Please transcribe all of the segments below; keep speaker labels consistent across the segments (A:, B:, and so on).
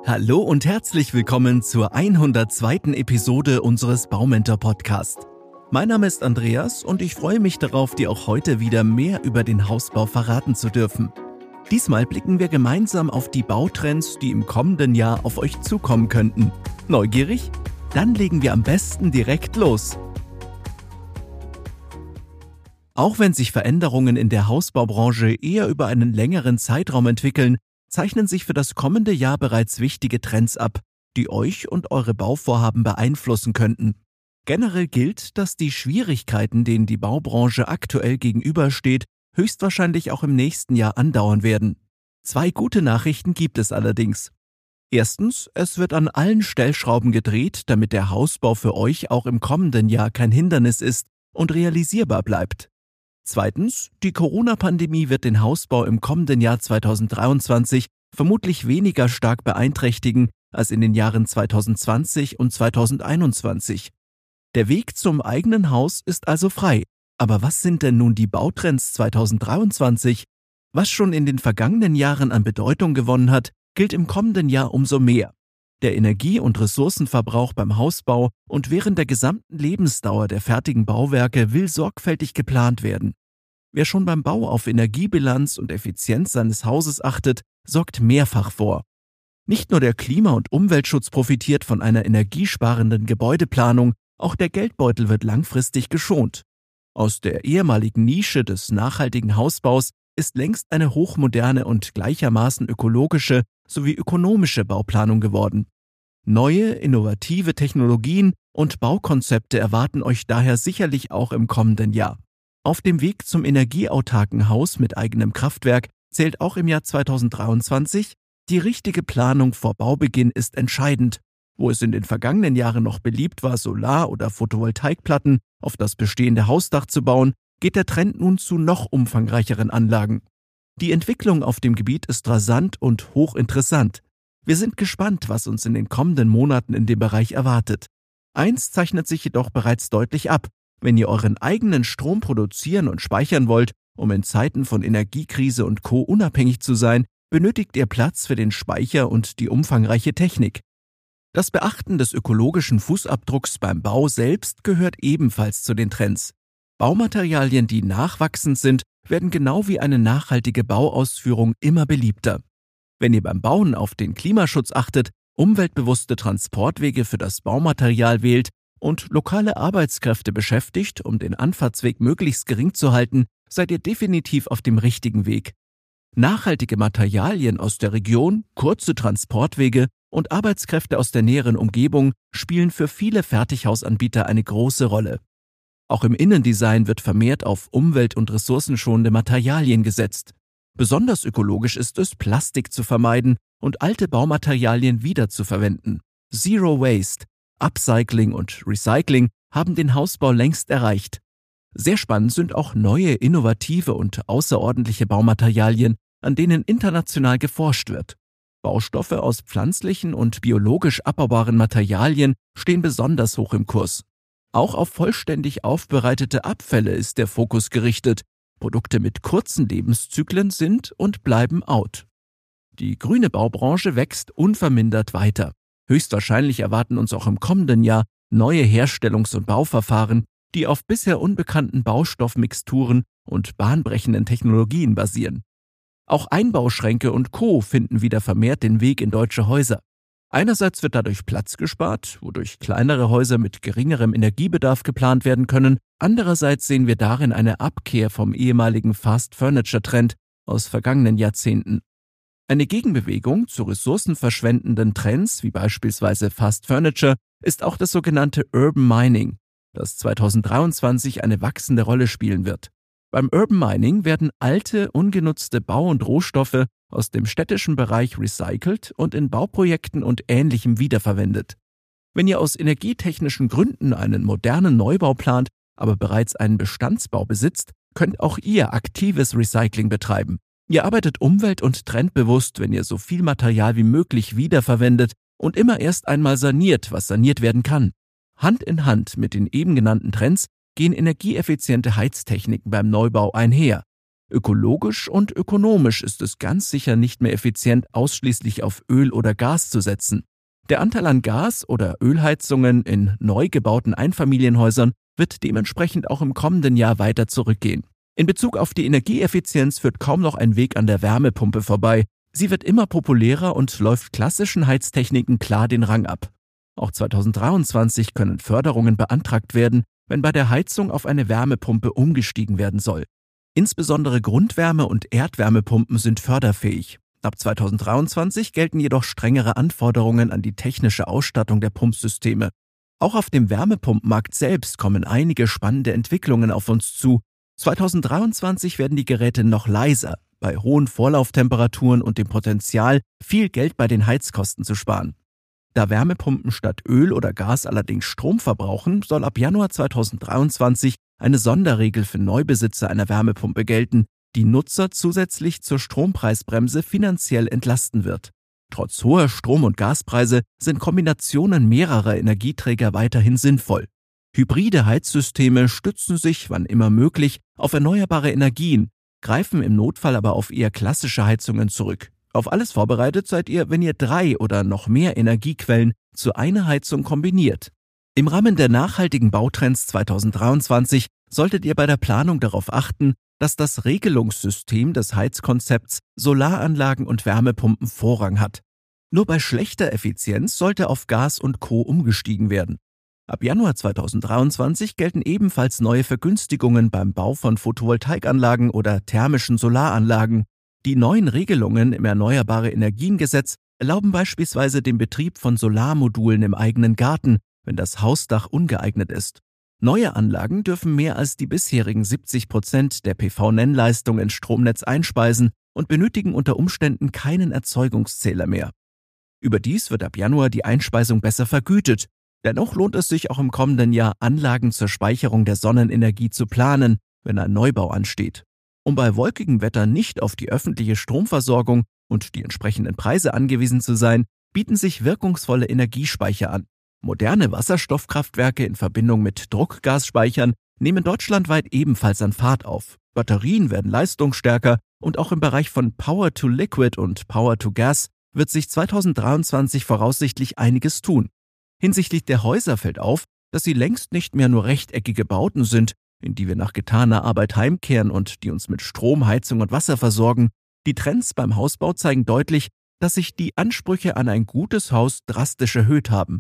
A: Hallo und herzlich willkommen zur 102. Episode unseres Baumentor-Podcast. Mein Name ist Andreas und ich freue mich darauf, dir auch heute wieder mehr über den Hausbau verraten zu dürfen. Diesmal blicken wir gemeinsam auf die Bautrends, die im kommenden Jahr auf euch zukommen könnten. Neugierig? Dann legen wir am besten direkt los. Auch wenn sich Veränderungen in der Hausbaubranche eher über einen längeren Zeitraum entwickeln, zeichnen sich für das kommende Jahr bereits wichtige Trends ab, die euch und eure Bauvorhaben beeinflussen könnten. Generell gilt, dass die Schwierigkeiten, denen die Baubranche aktuell gegenübersteht, höchstwahrscheinlich auch im nächsten Jahr andauern werden. 2 gute Nachrichten gibt es allerdings. Erstens, es wird an allen Stellschrauben gedreht, damit der Hausbau für euch auch im kommenden Jahr kein Hindernis ist und realisierbar bleibt. Zweitens, die Corona-Pandemie wird den Hausbau im kommenden Jahr 2023 vermutlich weniger stark beeinträchtigen als in den Jahren 2020 und 2021. Der Weg zum eigenen Haus ist also frei. Aber was sind denn nun die Bautrends 2023? Was schon in den vergangenen Jahren an Bedeutung gewonnen hat, gilt im kommenden Jahr umso mehr. Der Energie- und Ressourcenverbrauch beim Hausbau und während der gesamten Lebensdauer der fertigen Bauwerke will sorgfältig geplant werden. Wer schon beim Bau auf Energiebilanz und Effizienz seines Hauses achtet, sorgt mehrfach vor. Nicht nur der Klima- und Umweltschutz profitiert von einer energiesparenden Gebäudeplanung, auch der Geldbeutel wird langfristig geschont. Aus der ehemaligen Nische des nachhaltigen Hausbaus ist längst eine hochmoderne und gleichermaßen ökologische sowie ökonomische Bauplanung geworden. Neue, innovative Technologien und Baukonzepte erwarten euch daher sicherlich auch im kommenden Jahr. Auf dem Weg zum energieautarken Haus mit eigenem Kraftwerk zählt auch im Jahr 2023, die richtige Planung vor Baubeginn ist entscheidend. Wo es in den vergangenen Jahren noch beliebt war, Solar- oder Photovoltaikplatten auf das bestehende Hausdach zu bauen, geht der Trend nun zu noch umfangreicheren Anlagen. Die Entwicklung auf dem Gebiet ist rasant und hochinteressant. Wir sind gespannt, was uns in den kommenden Monaten in dem Bereich erwartet. Eins zeichnet sich jedoch bereits deutlich ab: Wenn ihr euren eigenen Strom produzieren und speichern wollt, um in Zeiten von Energiekrise und Co. unabhängig zu sein, benötigt ihr Platz für den Speicher und die umfangreiche Technik. Das Beachten des ökologischen Fußabdrucks beim Bau selbst gehört ebenfalls zu den Trends. Baumaterialien, die nachwachsend sind, werden genau wie eine nachhaltige Bauausführung immer beliebter. Wenn ihr beim Bauen auf den Klimaschutz achtet, umweltbewusste Transportwege für das Baumaterial wählt und lokale Arbeitskräfte beschäftigt, um den Anfahrtsweg möglichst gering zu halten, seid ihr definitiv auf dem richtigen Weg. Nachhaltige Materialien aus der Region, kurze Transportwege und Arbeitskräfte aus der näheren Umgebung spielen für viele Fertighausanbieter eine große Rolle. Auch im Innendesign wird vermehrt auf umwelt- und ressourcenschonende Materialien gesetzt. Besonders ökologisch ist es, Plastik zu vermeiden und alte Baumaterialien wiederzuverwenden. Zero Waste, Upcycling und Recycling haben den Hausbau längst erreicht. Sehr spannend sind auch neue, innovative und außerordentliche Baumaterialien, an denen international geforscht wird. Baustoffe aus pflanzlichen und biologisch abbaubaren Materialien stehen besonders hoch im Kurs. Auch auf vollständig aufbereitete Abfälle ist der Fokus gerichtet. Produkte mit kurzen Lebenszyklen sind und bleiben out. Die grüne Baubranche wächst unvermindert weiter. Höchstwahrscheinlich erwarten uns auch im kommenden Jahr neue Herstellungs- und Bauverfahren, die auf bisher unbekannten Baustoffmixturen und bahnbrechenden Technologien basieren. Auch Einbauschränke und Co. finden wieder vermehrt den Weg in deutsche Häuser. Einerseits wird dadurch Platz gespart, wodurch kleinere Häuser mit geringerem Energiebedarf geplant werden können. Andererseits sehen wir darin eine Abkehr vom ehemaligen Fast-Furniture-Trend aus vergangenen Jahrzehnten. Eine Gegenbewegung zu ressourcenverschwendenden Trends, wie beispielsweise Fast Furniture, ist auch das sogenannte Urban Mining, das 2023 eine wachsende Rolle spielen wird. Beim Urban Mining werden alte, ungenutzte Bau- und Rohstoffe aus dem städtischen Bereich recycelt und in Bauprojekten und Ähnlichem wiederverwendet. Wenn ihr aus energietechnischen Gründen einen modernen Neubau plant, aber bereits einen Bestandsbau besitzt, könnt auch ihr aktives Recycling betreiben. Ihr arbeitet umwelt- und trendbewusst, wenn ihr so viel Material wie möglich wiederverwendet und immer erst einmal saniert, was saniert werden kann. Hand in Hand mit den eben genannten Trends gehen energieeffiziente Heiztechniken beim Neubau einher. Ökologisch und ökonomisch ist es ganz sicher nicht mehr effizient, ausschließlich auf Öl oder Gas zu setzen. Der Anteil an Gas- oder Ölheizungen in neu gebauten Einfamilienhäusern wird dementsprechend auch im kommenden Jahr weiter zurückgehen. In Bezug auf die Energieeffizienz führt kaum noch ein Weg an der Wärmepumpe vorbei. Sie wird immer populärer und läuft klassischen Heiztechniken klar den Rang ab. Auch 2023 können Förderungen beantragt werden, wenn bei der Heizung auf eine Wärmepumpe umgestiegen werden soll. Insbesondere Grundwärme- und Erdwärmepumpen sind förderfähig. Ab 2023 gelten jedoch strengere Anforderungen an die technische Ausstattung der Pumpsysteme. Auch auf dem Wärmepumpenmarkt selbst kommen einige spannende Entwicklungen auf uns zu. 2023 werden die Geräte noch leiser, bei hohen Vorlauftemperaturen und dem Potenzial, viel Geld bei den Heizkosten zu sparen. Da Wärmepumpen statt Öl oder Gas allerdings Strom verbrauchen, soll ab Januar 2023 eine Sonderregel für Neubesitzer einer Wärmepumpe gelten, die Nutzer zusätzlich zur Strompreisbremse finanziell entlasten wird. Trotz hoher Strom- und Gaspreise sind Kombinationen mehrerer Energieträger weiterhin sinnvoll. Hybride Heizsysteme stützen sich, wann immer möglich, auf erneuerbare Energien, greifen im Notfall aber auf eher klassische Heizungen zurück. Auf alles vorbereitet seid ihr, wenn ihr 3 oder noch mehr Energiequellen zu einer Heizung kombiniert. Im Rahmen der nachhaltigen Bautrends 2023 solltet ihr bei der Planung darauf achten, dass das Regelungssystem des Heizkonzepts Solaranlagen und Wärmepumpen Vorrang hat. Nur bei schlechter Effizienz sollte auf Gas und Co. umgestiegen werden. Ab Januar 2023 gelten ebenfalls neue Vergünstigungen beim Bau von Photovoltaikanlagen oder thermischen Solaranlagen. Die neuen Regelungen im Erneuerbare-Energien-Gesetz erlauben beispielsweise den Betrieb von Solarmodulen im eigenen Garten, wenn das Hausdach ungeeignet ist. Neue Anlagen dürfen mehr als die bisherigen 70% der PV-Nennleistung ins Stromnetz einspeisen und benötigen unter Umständen keinen Erzeugungszähler mehr. Überdies wird ab Januar die Einspeisung besser vergütet. Dennoch lohnt es sich auch im kommenden Jahr, Anlagen zur Speicherung der Sonnenenergie zu planen, wenn ein Neubau ansteht. Um bei wolkigem Wetter nicht auf die öffentliche Stromversorgung und die entsprechenden Preise angewiesen zu sein, bieten sich wirkungsvolle Energiespeicher an. Moderne Wasserstoffkraftwerke in Verbindung mit Druckgasspeichern nehmen deutschlandweit ebenfalls an Fahrt auf. Batterien werden leistungsstärker und auch im Bereich von Power to Liquid und Power to Gas wird sich 2023 voraussichtlich einiges tun. Hinsichtlich der Häuser fällt auf, dass sie längst nicht mehr nur rechteckige Bauten sind, in die wir nach getaner Arbeit heimkehren und die uns mit Strom, Heizung und Wasser versorgen. Die Trends beim Hausbau zeigen deutlich, dass sich die Ansprüche an ein gutes Haus drastisch erhöht haben.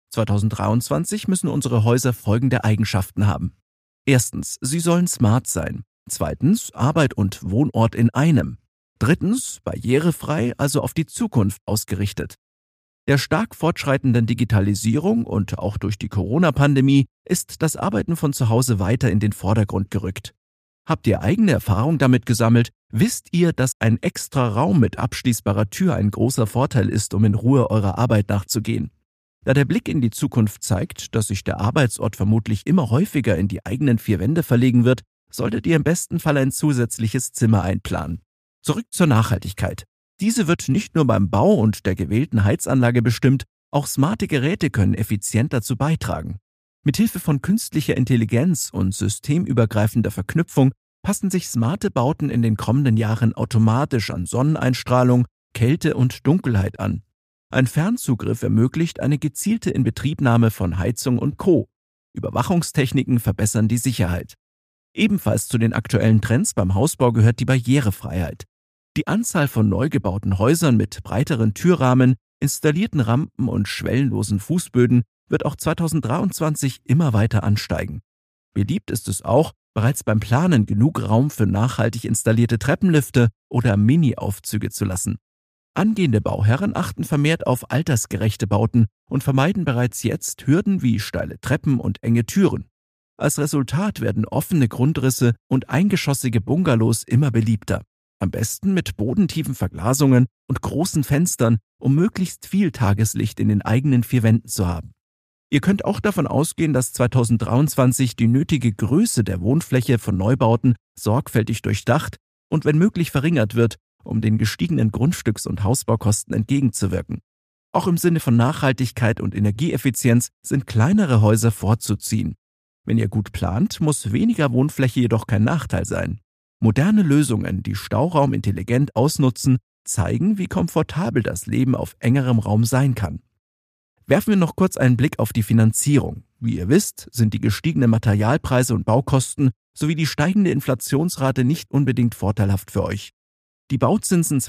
A: 2023 müssen unsere Häuser folgende Eigenschaften haben. Erstens, sie sollen smart sein. Zweitens, Arbeit und Wohnort in einem. Drittens, barrierefrei, also auf die Zukunft ausgerichtet. Der stark fortschreitenden Digitalisierung und auch durch die Corona-Pandemie ist das Arbeiten von zu Hause weiter in den Vordergrund gerückt. Habt ihr eigene Erfahrung damit gesammelt? Wisst ihr, dass ein extra Raum mit abschließbarer Tür ein großer Vorteil ist, um in Ruhe eurer Arbeit nachzugehen? Da der Blick in die Zukunft zeigt, dass sich der Arbeitsort vermutlich immer häufiger in die eigenen 4 Wände verlegen wird, solltet ihr im besten Fall ein zusätzliches Zimmer einplanen. Zurück zur Nachhaltigkeit. Diese wird nicht nur beim Bau und der gewählten Heizanlage bestimmt, auch smarte Geräte können effizient dazu beitragen. Mithilfe von künstlicher Intelligenz und systemübergreifender Verknüpfung passen sich smarte Bauten in den kommenden Jahren automatisch an Sonneneinstrahlung, Kälte und Dunkelheit an. Ein Fernzugriff ermöglicht eine gezielte Inbetriebnahme von Heizung und Co. Überwachungstechniken verbessern die Sicherheit. Ebenfalls zu den aktuellen Trends beim Hausbau gehört die Barrierefreiheit. Die Anzahl von neu gebauten Häusern mit breiteren Türrahmen, installierten Rampen und schwellenlosen Fußböden wird auch 2023 immer weiter ansteigen. Beliebt ist es auch, bereits beim Planen genug Raum für nachhaltig installierte Treppenlifte oder Mini-Aufzüge zu lassen. Angehende Bauherren achten vermehrt auf altersgerechte Bauten und vermeiden bereits jetzt Hürden wie steile Treppen und enge Türen. Als Resultat werden offene Grundrisse und eingeschossige Bungalows immer beliebter. Am besten mit bodentiefen Verglasungen und großen Fenstern, um möglichst viel Tageslicht in den eigenen 4 Wänden zu haben. Ihr könnt auch davon ausgehen, dass 2023 die nötige Größe der Wohnfläche von Neubauten sorgfältig durchdacht und wenn möglich verringert wird, um den gestiegenen Grundstücks- und Hausbaukosten entgegenzuwirken. Auch im Sinne von Nachhaltigkeit und Energieeffizienz sind kleinere Häuser vorzuziehen. Wenn ihr gut plant, muss weniger Wohnfläche jedoch kein Nachteil sein. Moderne Lösungen, die Stauraum intelligent ausnutzen, zeigen, wie komfortabel das Leben auf engerem Raum sein kann. Werfen wir noch kurz einen Blick auf die Finanzierung. Wie ihr wisst, sind die gestiegenen Materialpreise und Baukosten sowie die steigende Inflationsrate nicht unbedingt vorteilhaft für euch. Die Bauzinsen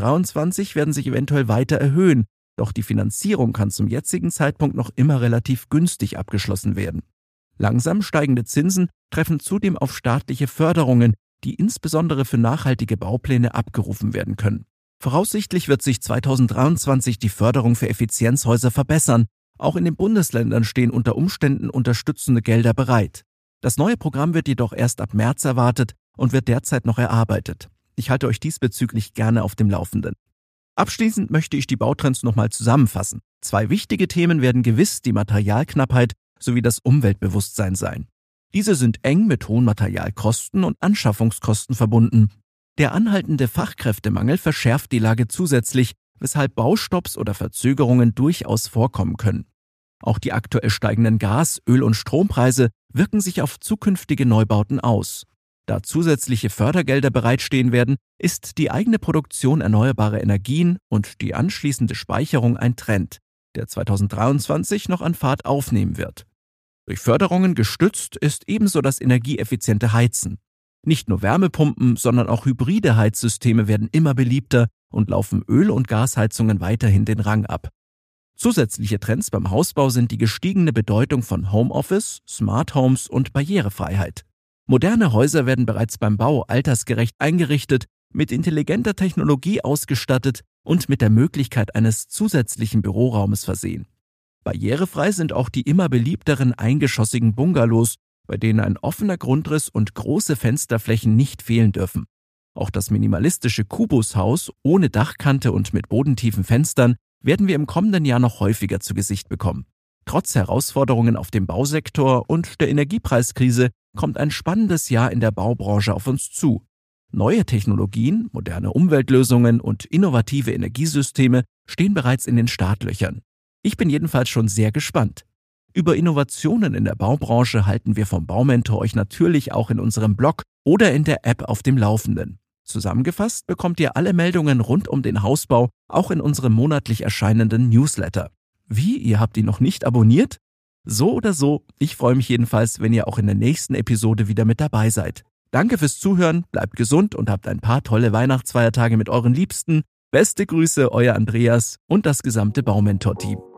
A: 2023 werden sich eventuell weiter erhöhen, doch die Finanzierung kann zum jetzigen Zeitpunkt noch immer relativ günstig abgeschlossen werden. Langsam steigende Zinsen treffen zudem auf staatliche Förderungen, die insbesondere für nachhaltige Baupläne abgerufen werden können. Voraussichtlich wird sich 2023 die Förderung für Effizienzhäuser verbessern. Auch in den Bundesländern stehen unter Umständen unterstützende Gelder bereit. Das neue Programm wird jedoch erst ab März erwartet und wird derzeit noch erarbeitet. Ich halte euch diesbezüglich gerne auf dem Laufenden. Abschließend möchte ich die Bautrends nochmal zusammenfassen. 2 wichtige Themen werden gewiss die Materialknappheit sowie das Umweltbewusstsein sein. Diese sind eng mit hohen Materialkosten und Anschaffungskosten verbunden. Der anhaltende Fachkräftemangel verschärft die Lage zusätzlich, weshalb Baustopps oder Verzögerungen durchaus vorkommen können. Auch die aktuell steigenden Gas-, Öl- und Strompreise wirken sich auf zukünftige Neubauten aus. Da zusätzliche Fördergelder bereitstehen werden, ist die eigene Produktion erneuerbarer Energien und die anschließende Speicherung ein Trend, der 2023 noch an Fahrt aufnehmen wird. Durch Förderungen gestützt ist ebenso das energieeffiziente Heizen. Nicht nur Wärmepumpen, sondern auch hybride Heizsysteme werden immer beliebter und laufen Öl- und Gasheizungen weiterhin den Rang ab. Zusätzliche Trends beim Hausbau sind die gestiegene Bedeutung von Homeoffice, Smart Homes und Barrierefreiheit. Moderne Häuser werden bereits beim Bau altersgerecht eingerichtet, mit intelligenter Technologie ausgestattet und mit der Möglichkeit eines zusätzlichen Büroraumes versehen. Barrierefrei sind auch die immer beliebteren eingeschossigen Bungalows, bei denen ein offener Grundriss und große Fensterflächen nicht fehlen dürfen. Auch das minimalistische Kubushaus ohne Dachkante und mit bodentiefen Fenstern werden wir im kommenden Jahr noch häufiger zu Gesicht bekommen. Trotz Herausforderungen auf dem Bausektor und der Energiepreiskrise kommt ein spannendes Jahr in der Baubranche auf uns zu. Neue Technologien, moderne Umweltlösungen und innovative Energiesysteme stehen bereits in den Startlöchern. Ich bin jedenfalls schon sehr gespannt. Über Innovationen in der Baubranche halten wir vom Baumentor euch natürlich auch in unserem Blog oder in der App auf dem Laufenden. Zusammengefasst bekommt ihr alle Meldungen rund um den Hausbau auch in unserem monatlich erscheinenden Newsletter. Wie, ihr habt ihn noch nicht abonniert? So oder so, ich freue mich jedenfalls, wenn ihr auch in der nächsten Episode wieder mit dabei seid. Danke fürs Zuhören, bleibt gesund und habt ein paar tolle Weihnachtsfeiertage mit euren Liebsten. Beste Grüße, euer Andreas und das gesamte Baumentor-Team.